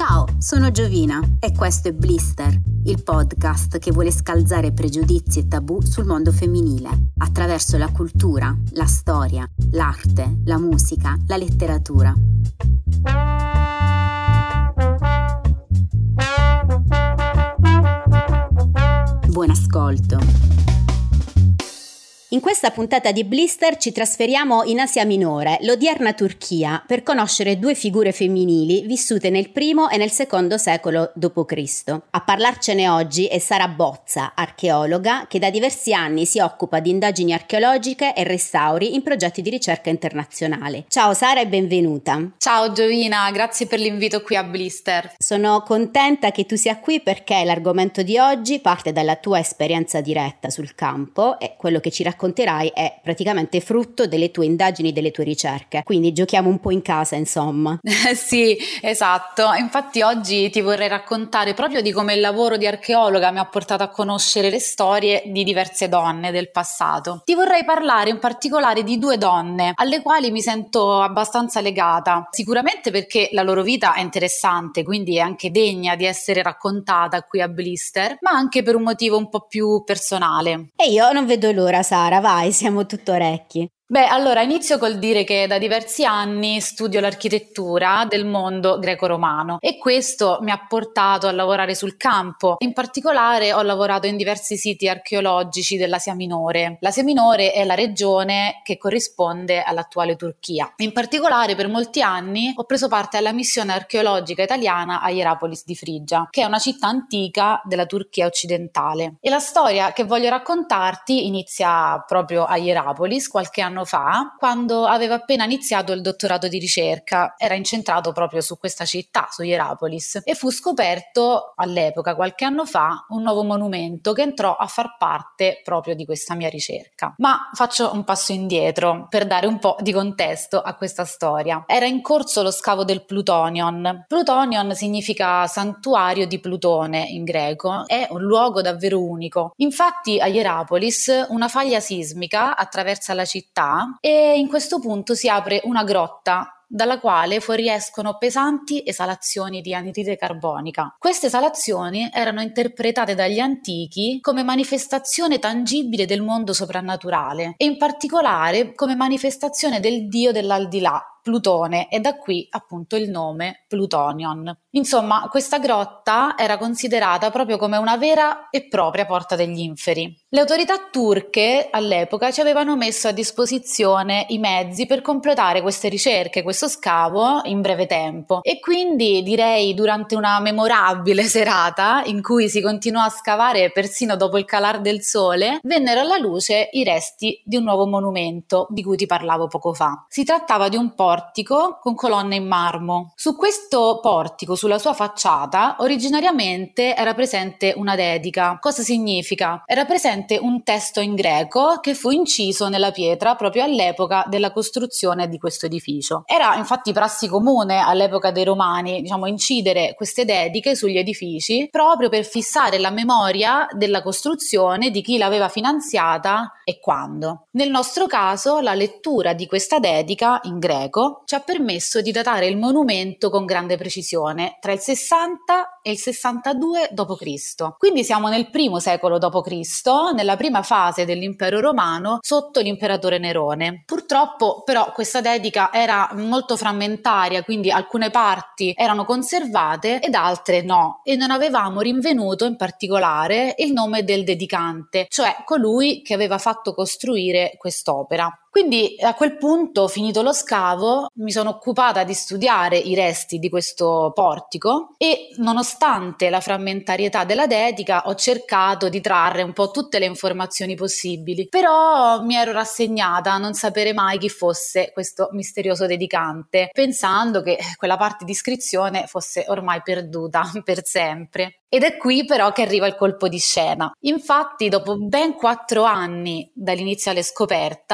Ciao, sono Giovina e questo è Blister, il podcast che vuole scalzare pregiudizi e tabù sul mondo femminile, attraverso la cultura, la storia, l'arte, la musica, la letteratura. Buon ascolto! In questa puntata di Blister ci trasferiamo in Asia Minore, l'odierna Turchia, per conoscere due figure femminili vissute nel I e nel II secolo d.C. A parlarcene oggi è Sara Bozza, archeologa, che da diversi anni si occupa di indagini archeologiche e restauri in progetti di ricerca internazionale. Ciao Sara e benvenuta. Ciao Giovina, grazie per l'invito qui a Blister. Sono contenta che tu sia qui perché l'argomento di oggi parte dalla tua esperienza diretta sul campo e quello che ci racconterai è praticamente frutto delle tue indagini, delle tue ricerche, quindi giochiamo un po' in casa, insomma. Sì, esatto. Infatti oggi ti vorrei raccontare proprio di come il lavoro di archeologa mi ha portato a conoscere le storie di diverse donne del passato. Ti vorrei parlare in particolare di due donne alle quali mi sento abbastanza legata, sicuramente perché la loro vita è interessante, quindi è anche degna di essere raccontata qui a Blister, ma anche per un motivo un po' più personale. E io non vedo l'ora, Sara, vai, siamo tutto orecchi. Beh, allora inizio col dire che da diversi anni studio l'architettura del mondo greco-romano e questo mi ha portato a lavorare sul campo. In particolare ho lavorato in diversi siti archeologici dell'Asia Minore. L'Asia Minore è la regione che corrisponde all'attuale Turchia. In particolare per molti anni ho preso parte alla missione archeologica italiana a Hierapolis di Frigia, che è una città antica della Turchia occidentale. E la storia che voglio raccontarti inizia proprio a Hierapolis qualche anno fa, quando aveva appena iniziato il dottorato di ricerca. Era incentrato proprio su questa città, su Hierapolis, e fu scoperto all'epoca, qualche anno fa, un nuovo monumento che entrò a far parte proprio di questa mia ricerca. Ma faccio un passo indietro per dare un po' di contesto a questa storia. Era in corso lo scavo del Plutonion. Plutonion significa santuario di Plutone in greco, è un luogo davvero unico. Infatti a Hierapolis una faglia sismica attraversa la città e in questo punto si apre una grotta dalla quale fuoriescono pesanti esalazioni di anidride carbonica. Queste esalazioni erano interpretate dagli antichi come manifestazione tangibile del mondo soprannaturale e in particolare come manifestazione del dio dell'aldilà, Plutone, e da qui appunto il nome Plutonion. Insomma, questa grotta era considerata proprio come una vera e propria porta degli inferi. Le autorità turche all'epoca ci avevano messo a disposizione i mezzi per completare queste ricerche, questo scavo in breve tempo e quindi direi durante una memorabile serata in cui si continuò a scavare persino dopo il calar del sole, vennero alla luce i resti di un nuovo monumento di cui ti parlavo poco fa. Si trattava di un portico con colonne in marmo. Su questo portico, sulla sua facciata, originariamente era presente una dedica. Cosa significa? Era presente un testo in greco che fu inciso nella pietra proprio all'epoca della costruzione di questo edificio. Era infatti prassi comune all'epoca dei Romani, incidere queste dediche sugli edifici proprio per fissare la memoria della costruzione, di chi l'aveva finanziata e quando. Nel nostro caso, la lettura di questa dedica in greco ci ha permesso di datare il monumento con grande precisione tra il 60 e il 62 d.C. Quindi siamo nel I secolo d.C., nella prima fase dell'impero romano sotto l'imperatore Nerone. Purtroppo però questa dedica era molto frammentaria, quindi alcune parti erano conservate ed altre no, e non avevamo rinvenuto in particolare il nome del dedicante, cioè colui che aveva fatto costruire quest'opera. Quindi a quel punto, finito lo scavo, mi sono occupata di studiare i resti di questo portico e nonostante la frammentarietà della dedica ho cercato di trarre un po' tutte le informazioni possibili, però mi ero rassegnata a non sapere mai chi fosse questo misterioso dedicante, pensando che quella parte di iscrizione fosse ormai perduta per sempre. Ed è qui però che arriva il colpo di scena. Infatti, dopo ben 4 anni dall'iniziale scoperta, un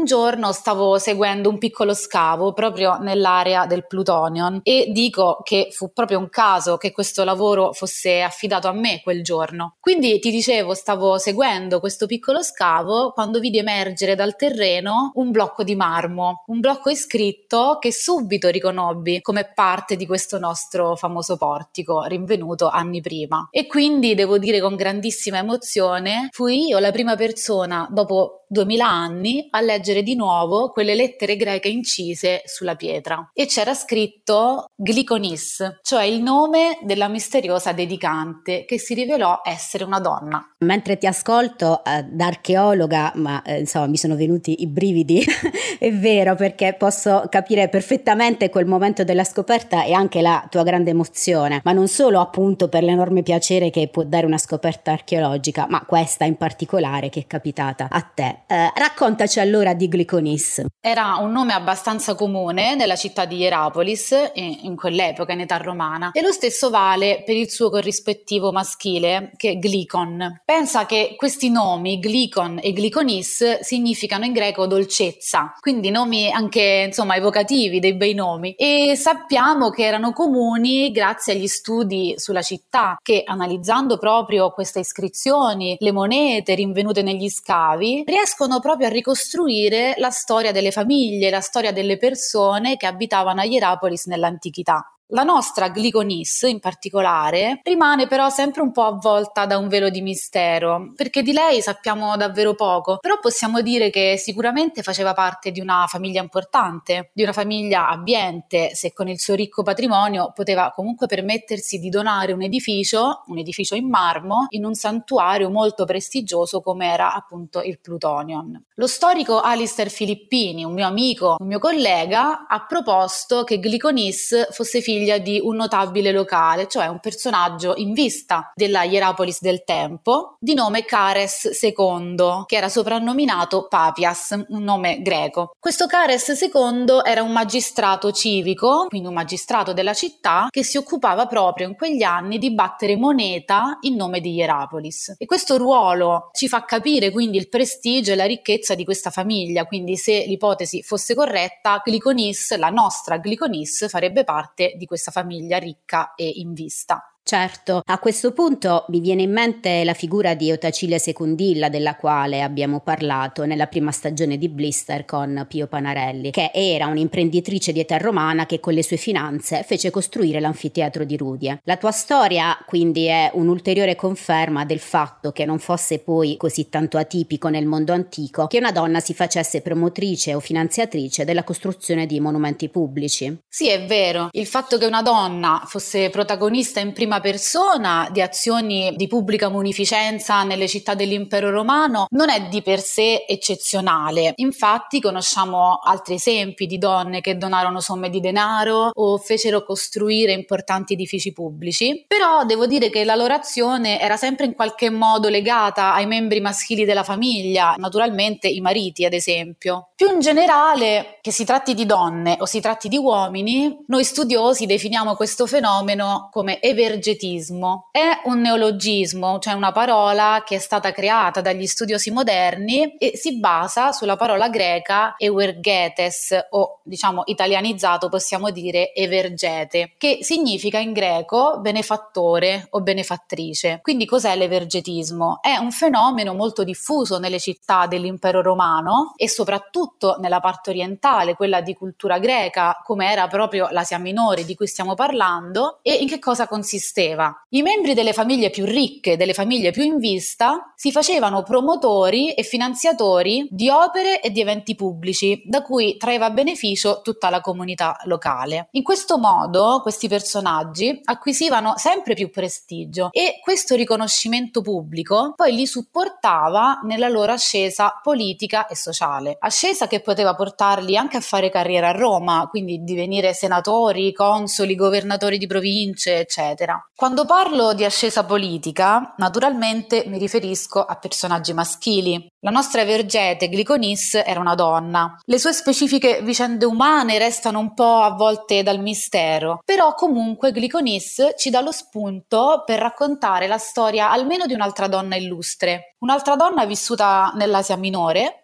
un giorno stavo seguendo un piccolo scavo proprio nell'area del Plutonion e dico che fu proprio un caso che questo lavoro fosse affidato a me quel giorno. Quindi ti dicevo, stavo seguendo questo piccolo scavo quando vidi emergere dal terreno un blocco di marmo, un blocco iscritto che subito riconobbi come parte di questo nostro famoso portico rinvenuto anni prima. E quindi devo dire con grandissima emozione, fui io la prima persona dopo 2000 anni a leggere di nuovo quelle lettere greche incise sulla pietra e c'era scritto Glyconis, cioè il nome della misteriosa dedicante che si rivelò essere una donna. Mentre ti ascolto da archeologa, ma insomma mi sono venuti i brividi, è vero, perché posso capire perfettamente quel momento della scoperta e anche la tua grande emozione, ma non solo appunto per l'enorme piacere che può dare una scoperta archeologica, ma questa in particolare che è capitata a te. Raccontaci allora di Glyconis. Era un nome abbastanza comune nella città di Hierapolis in quell'epoca in età romana e lo stesso vale per il suo corrispettivo maschile che è Glycon. Pensa che questi nomi, Glycon e Glyconis, significano in greco dolcezza, quindi nomi anche insomma evocativi, dei bei nomi, e sappiamo che erano comuni grazie agli studi sulla città che, analizzando proprio queste iscrizioni, le monete rinvenute negli scavi, riescono proprio a ricostruire la storia delle famiglie, la storia delle persone che abitavano a Hierapolis nell'antichità. La nostra Glyconis in particolare rimane però sempre un po' avvolta da un velo di mistero, perché di lei sappiamo davvero poco, però possiamo dire che sicuramente faceva parte di una famiglia importante, di una famiglia abbiente, se con il suo ricco patrimonio poteva comunque permettersi di donare un edificio in marmo, in un santuario molto prestigioso come era appunto il Plutonion. Lo storico Alistair Filippini, un mio amico, un mio collega, ha proposto che Glyconis fosse figlia di un notabile locale, cioè un personaggio in vista della Hierapolis del tempo, di nome Cares II, che era soprannominato Papias, un nome greco. Questo Cares II era un magistrato civico, quindi un magistrato della città, che si occupava proprio in quegli anni di battere moneta in nome di Hierapolis. E questo ruolo ci fa capire quindi il prestigio e la ricchezza di questa famiglia, quindi se l'ipotesi fosse corretta, Glyconis, la nostra Glyconis, farebbe parte di questa famiglia ricca e in vista. Certo, a questo punto mi viene in mente la figura di Eutacile Secundilla, della quale abbiamo parlato nella prima stagione di Blister con Pio Panarelli, che era un'imprenditrice di età romana che con le sue finanze fece costruire l'anfiteatro di Rudie. La tua storia quindi è un'ulteriore conferma del fatto che non fosse poi così tanto atipico nel mondo antico che una donna si facesse promotrice o finanziatrice della costruzione di monumenti pubblici. Sì, è vero, il fatto che una donna fosse protagonista in prima persona di azioni di pubblica munificenza nelle città dell'impero romano non è di per sé eccezionale. Infatti conosciamo altri esempi di donne che donarono somme di denaro o fecero costruire importanti edifici pubblici, però devo dire che la loro azione era sempre in qualche modo legata ai membri maschili della famiglia, naturalmente i mariti ad esempio. Più in generale, che si tratti di donne o si tratti di uomini, noi studiosi definiamo questo fenomeno come evergetismo. È un neologismo, cioè una parola che è stata creata dagli studiosi moderni e si basa sulla parola greca euergetes, o diciamo italianizzato possiamo dire evergete, che significa in greco benefattore o benefattrice. Quindi cos'è l'evergetismo? È un fenomeno molto diffuso nelle città dell'impero romano e soprattutto nella parte orientale, quella di cultura greca, come era proprio l'Asia Minore di cui stiamo parlando. E in che cosa consisteva? I membri delle famiglie più ricche, delle famiglie più in vista, si facevano promotori e finanziatori di opere e di eventi pubblici, da cui traeva beneficio tutta la comunità locale. In questo modo questi personaggi acquisivano sempre più prestigio e questo riconoscimento pubblico poi li supportava nella loro ascesa politica e sociale. Ascesa che poteva portarli anche a fare carriera a Roma, quindi divenire senatori, consoli, governatori di province, eccetera. Quando parlo di ascesa politica, naturalmente mi riferisco a personaggi maschili. La nostra evergete Glyconis era una donna. Le sue specifiche vicende umane restano un po' avvolte dal mistero, però comunque Glyconis ci dà lo spunto per raccontare la storia almeno di un'altra donna illustre. Un'altra donna vissuta nell'Asia Minore,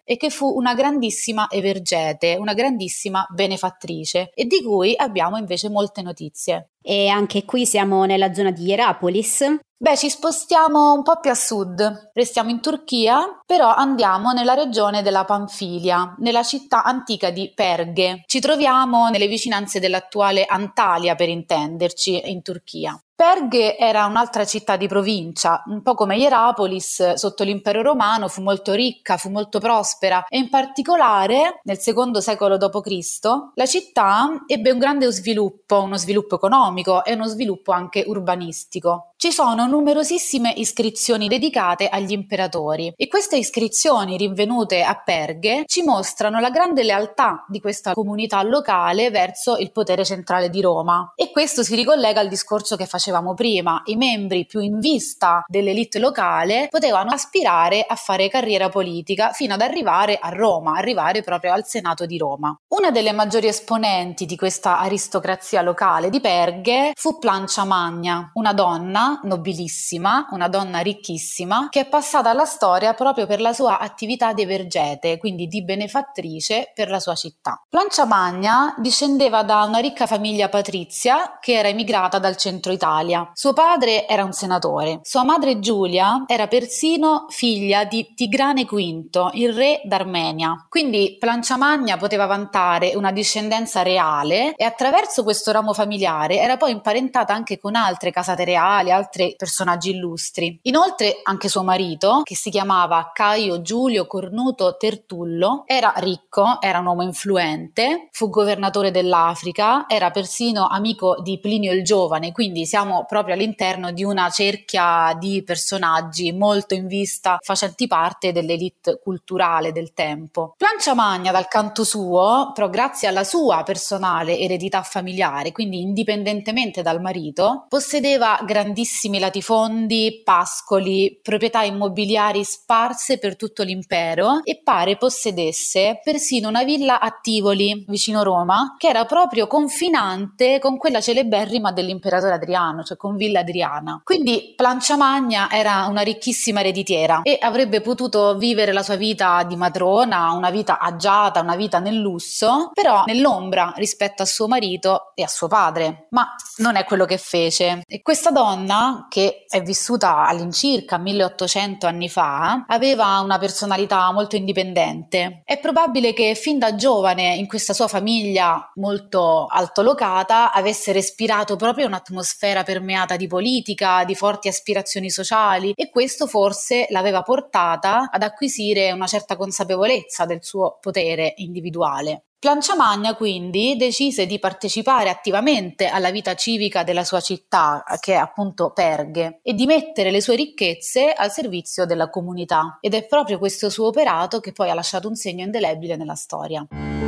e che fu una grandissima evergete, una grandissima benefattrice e di cui abbiamo invece molte notizie. E anche qui siamo nella zona di Hierapolis. Beh, ci spostiamo un po' più a sud, restiamo in Turchia, però andiamo nella regione della Panfilia, nella città antica di Perge. Ci troviamo nelle vicinanze dell'attuale Antalya, per intenderci, in Turchia. Perge era un'altra città di provincia, un po' come Hierapolis, sotto l'impero romano, fu molto ricca, fu molto prospera e in particolare nel secondo secolo d.C. la città ebbe un grande sviluppo, uno sviluppo economico e uno sviluppo anche urbanistico. Ci sono numerosissime iscrizioni dedicate agli imperatori e queste iscrizioni rinvenute a Perge ci mostrano la grande lealtà di questa comunità locale verso il potere centrale di Roma e questo si ricollega al discorso che facevamo prima. I membri più in vista dell'elite locale potevano aspirare a fare carriera politica fino ad arrivare a Roma, arrivare proprio al Senato di Roma. Una delle maggiori esponenti di questa aristocrazia locale di Perge fu Plancia Magna, una donna nobilissima, una donna ricchissima che è passata alla storia proprio per la sua attività di evergete, quindi di benefattrice per la sua città. Plancia Magna discendeva da una ricca famiglia patrizia che era emigrata dal centro Italia. Suo padre era un senatore, sua madre Giulia era persino figlia di Tigrane V, il re d'Armenia. Quindi Plancia Magna poteva vantare una discendenza reale e attraverso questo ramo familiare era poi imparentata anche con altre casate reali, altri personaggi illustri. Inoltre anche suo marito, che si chiamava Caio Giulio Cornuto Tertullo, era ricco, era un uomo influente, fu governatore dell'Africa, era persino amico di Plinio il Giovane, quindi siamo proprio all'interno di una cerchia di personaggi molto in vista, facenti parte dell'elite culturale del tempo. Plancia Magna, dal canto suo, però grazie alla sua personale eredità familiare, quindi indipendentemente dal marito, possedeva grandissimi latifondi, pascoli, proprietà immobiliari sparse per tutto l'impero e pare possedesse persino una villa a Tivoli, vicino Roma, che era proprio confinante con quella celeberrima dell'imperatore Adriano, cioè con Villa Adriana. Quindi Plancia Magna era una ricchissima ereditiera e avrebbe potuto vivere la sua vita di matrona, una vita agiata, una vita nel lusso, però nell'ombra rispetto a suo marito e a suo padre. Ma non è quello che fece. E questa donna, che è vissuta all'incirca 1800 anni fa, aveva una personalità molto indipendente. È probabile che fin da giovane in questa sua famiglia molto altolocata avesse respirato proprio un'atmosfera permeata di politica, di forti aspirazioni sociali e questo forse l'aveva portata ad acquisire una certa consapevolezza del suo potere individuale. Plancia Magna quindi decise di partecipare attivamente alla vita civica della sua città, che è appunto Perge, e di mettere le sue ricchezze al servizio della comunità. Ed è proprio questo suo operato che poi ha lasciato un segno indelebile nella storia.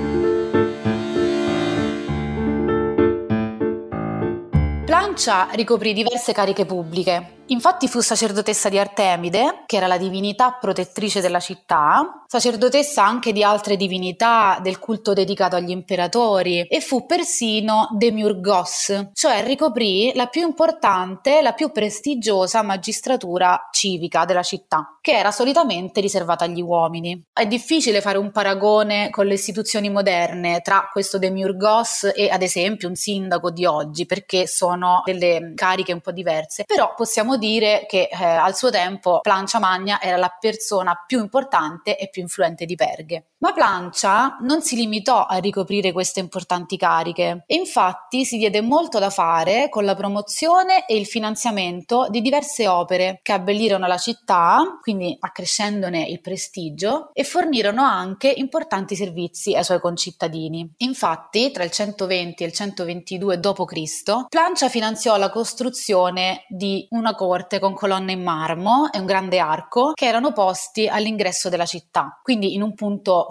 Plancia ricoprì diverse cariche pubbliche. Infatti fu sacerdotessa di Artemide, che era la divinità protettrice della città, sacerdotessa anche di altre divinità del culto dedicato agli imperatori e fu persino demiurgos, cioè ricoprì la più importante, la più prestigiosa magistratura civica della città, che era solitamente riservata agli uomini. È difficile fare un paragone con le istituzioni moderne tra questo demiurgos e ad esempio un sindaco di oggi, perché sono delle cariche un po' diverse, però possiamo dire che al suo tempo Plancia Magna era la persona più importante e più influente di Perge. Ma Plancia non si limitò a ricoprire queste importanti cariche e infatti si diede molto da fare con la promozione e il finanziamento di diverse opere che abbellirono la città, quindi accrescendone il prestigio, e fornirono anche importanti servizi ai suoi concittadini. Infatti, tra il 120 e il 122 d.C., Plancia finanziò la costruzione di una corte con colonne in marmo e un grande arco che erano posti all'ingresso della città, quindi in un punto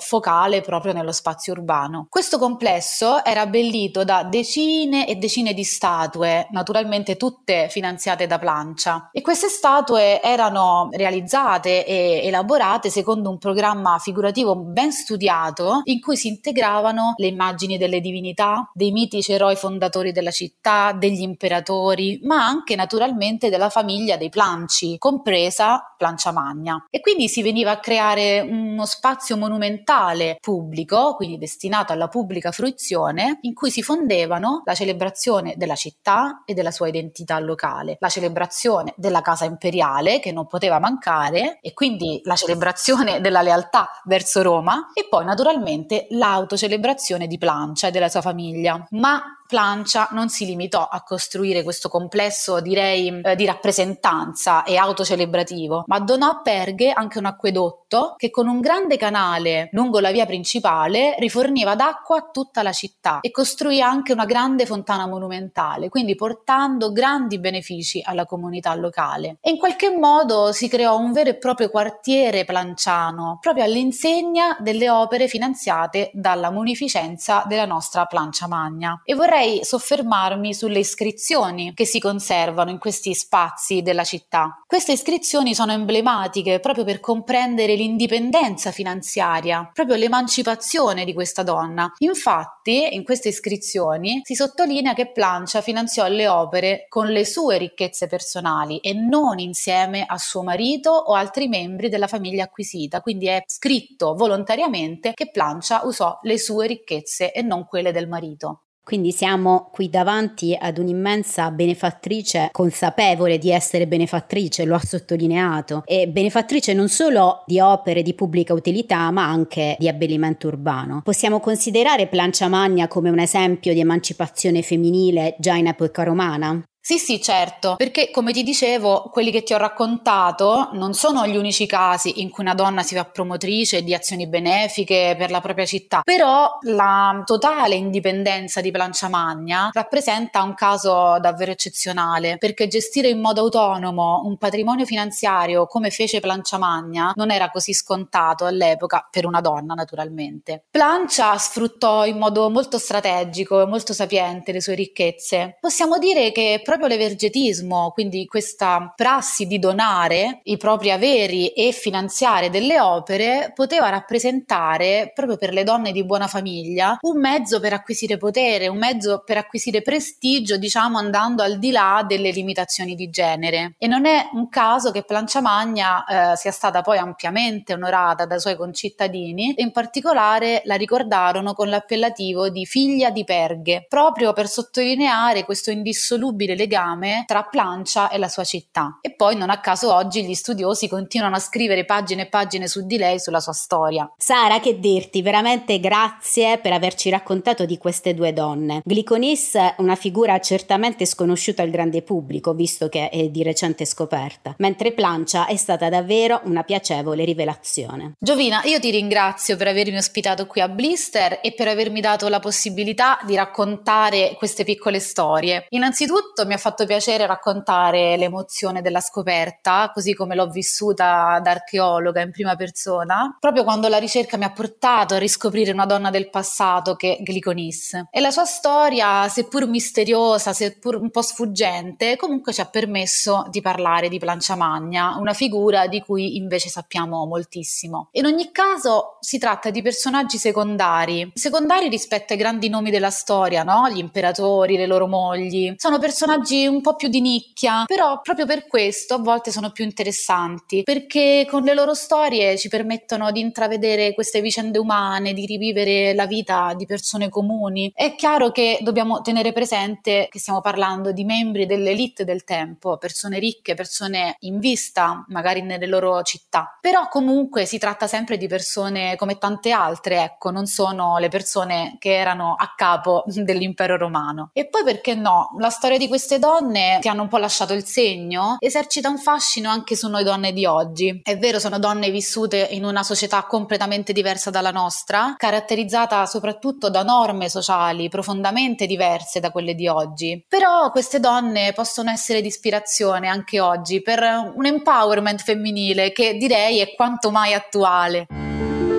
focale proprio nello spazio urbano. Questo complesso era abbellito da decine e decine di statue, naturalmente tutte finanziate da Plancia, e queste statue erano realizzate e elaborate secondo un programma figurativo ben studiato in cui si integravano le immagini delle divinità, dei mitici eroi fondatori della città, degli imperatori, ma anche naturalmente della famiglia dei Planci, compresa Plancia Magna. E quindi si veniva a creare uno spazio monumentale pubblico, quindi destinato alla pubblica fruizione, in cui si fondevano la celebrazione della città e della sua identità locale, la celebrazione della casa imperiale che non poteva mancare e quindi la celebrazione della lealtà verso Roma e poi naturalmente l'autocelebrazione di Plancia e della sua famiglia. Ma Plancia non si limitò a costruire questo complesso, direi, di rappresentanza e autocelebrativo, ma donò a Perghe anche un acquedotto che con un grande canale lungo la via principale riforniva d'acqua tutta la città e costruì anche una grande fontana monumentale, quindi portando grandi benefici alla comunità locale. E in qualche modo si creò un vero e proprio quartiere planciano, proprio all'insegna delle opere finanziate dalla munificenza della nostra Plancia Magna. E vorrei soffermarmi sulle iscrizioni che si conservano in questi spazi della città. Queste iscrizioni sono emblematiche proprio per comprendere l'indipendenza finanziaria, proprio l'emancipazione di questa donna. Infatti, in queste iscrizioni si sottolinea che Plancia finanziò le opere con le sue ricchezze personali e non insieme a suo marito o altri membri della famiglia acquisita, quindi è scritto volontariamente che Plancia usò le sue ricchezze e non quelle del marito. Quindi siamo qui davanti ad un'immensa benefattrice consapevole di essere benefattrice, lo ha sottolineato, e benefattrice non solo di opere di pubblica utilità ma anche di abbellimento urbano. Possiamo considerare Plancia Magna come un esempio di emancipazione femminile già in epoca romana? Sì, certo, perché come ti dicevo, quelli che ti ho raccontato non sono gli unici casi in cui una donna si fa promotrice di azioni benefiche per la propria città, però la totale indipendenza di Plancia Magna rappresenta un caso davvero eccezionale, perché gestire in modo autonomo un patrimonio finanziario come fece Plancia Magna non era così scontato all'epoca per una donna, naturalmente. Plancia sfruttò in modo molto strategico e molto sapiente le sue ricchezze. Possiamo dire che proprio l'evergetismo, quindi questa prassi di donare i propri averi e finanziare delle opere, poteva rappresentare proprio per le donne di buona famiglia un mezzo per acquisire potere, un mezzo per acquisire prestigio, diciamo andando al di là delle limitazioni di genere. E non è un caso che Plancia Magna sia stata poi ampiamente onorata dai suoi concittadini e in particolare la ricordarono con l'appellativo di figlia di Perghe, proprio per sottolineare questo indissolubile legame tra Plancia e la sua città. E poi non a caso oggi gli studiosi continuano a scrivere pagine e pagine su di lei, sulla sua storia. Sara, che dirti, veramente grazie per averci raccontato di queste due donne. Gliconis è una figura certamente sconosciuta al grande pubblico, visto che è di recente scoperta, mentre Plancia è stata davvero una piacevole rivelazione. Giovina, io ti ringrazio per avermi ospitato qui a Blister e per avermi dato la possibilità di raccontare queste piccole storie. Innanzitutto mi ha fatto piacere raccontare l'emozione della scoperta, così come l'ho vissuta da archeologa in prima persona, proprio quando la ricerca mi ha portato a riscoprire una donna del passato che è Gliconis. E la sua storia, seppur misteriosa, seppur un po' sfuggente, comunque ci ha permesso di parlare di Plancia Magna, una figura di cui invece sappiamo moltissimo. In ogni caso si tratta di personaggi secondari rispetto ai grandi nomi della storia, no? Gli imperatori, le loro mogli. Sono personaggi un po' più di nicchia, però proprio per questo a volte sono più interessanti, perché con le loro storie ci permettono di intravedere queste vicende umane, di rivivere la vita di persone comuni. È chiaro che dobbiamo tenere presente che stiamo parlando di membri dell'elite del tempo, persone ricche, persone in vista, magari nelle loro città, però comunque si tratta sempre di persone come tante altre, ecco, non sono le persone che erano a capo dell'impero romano. E poi perché no, la storia di queste donne che hanno un po' lasciato il segno esercita un fascino anche su noi donne di oggi. È vero, sono donne vissute in una società completamente diversa dalla nostra, caratterizzata soprattutto da norme sociali profondamente diverse da quelle di oggi, però queste donne possono essere di ispirazione anche oggi per un empowerment femminile che direi è quanto mai attuale.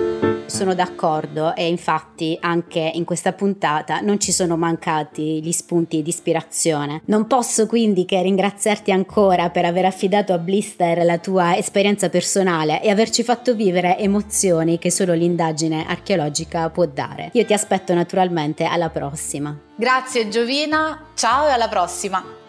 sono d'accordo, e infatti anche in questa puntata non ci sono mancati gli spunti di ispirazione. Non posso quindi che ringraziarti ancora per aver affidato a Blister la tua esperienza personale e averci fatto vivere emozioni che solo l'indagine archeologica può dare. Io ti aspetto naturalmente alla prossima. Grazie Giovina, ciao e alla prossima!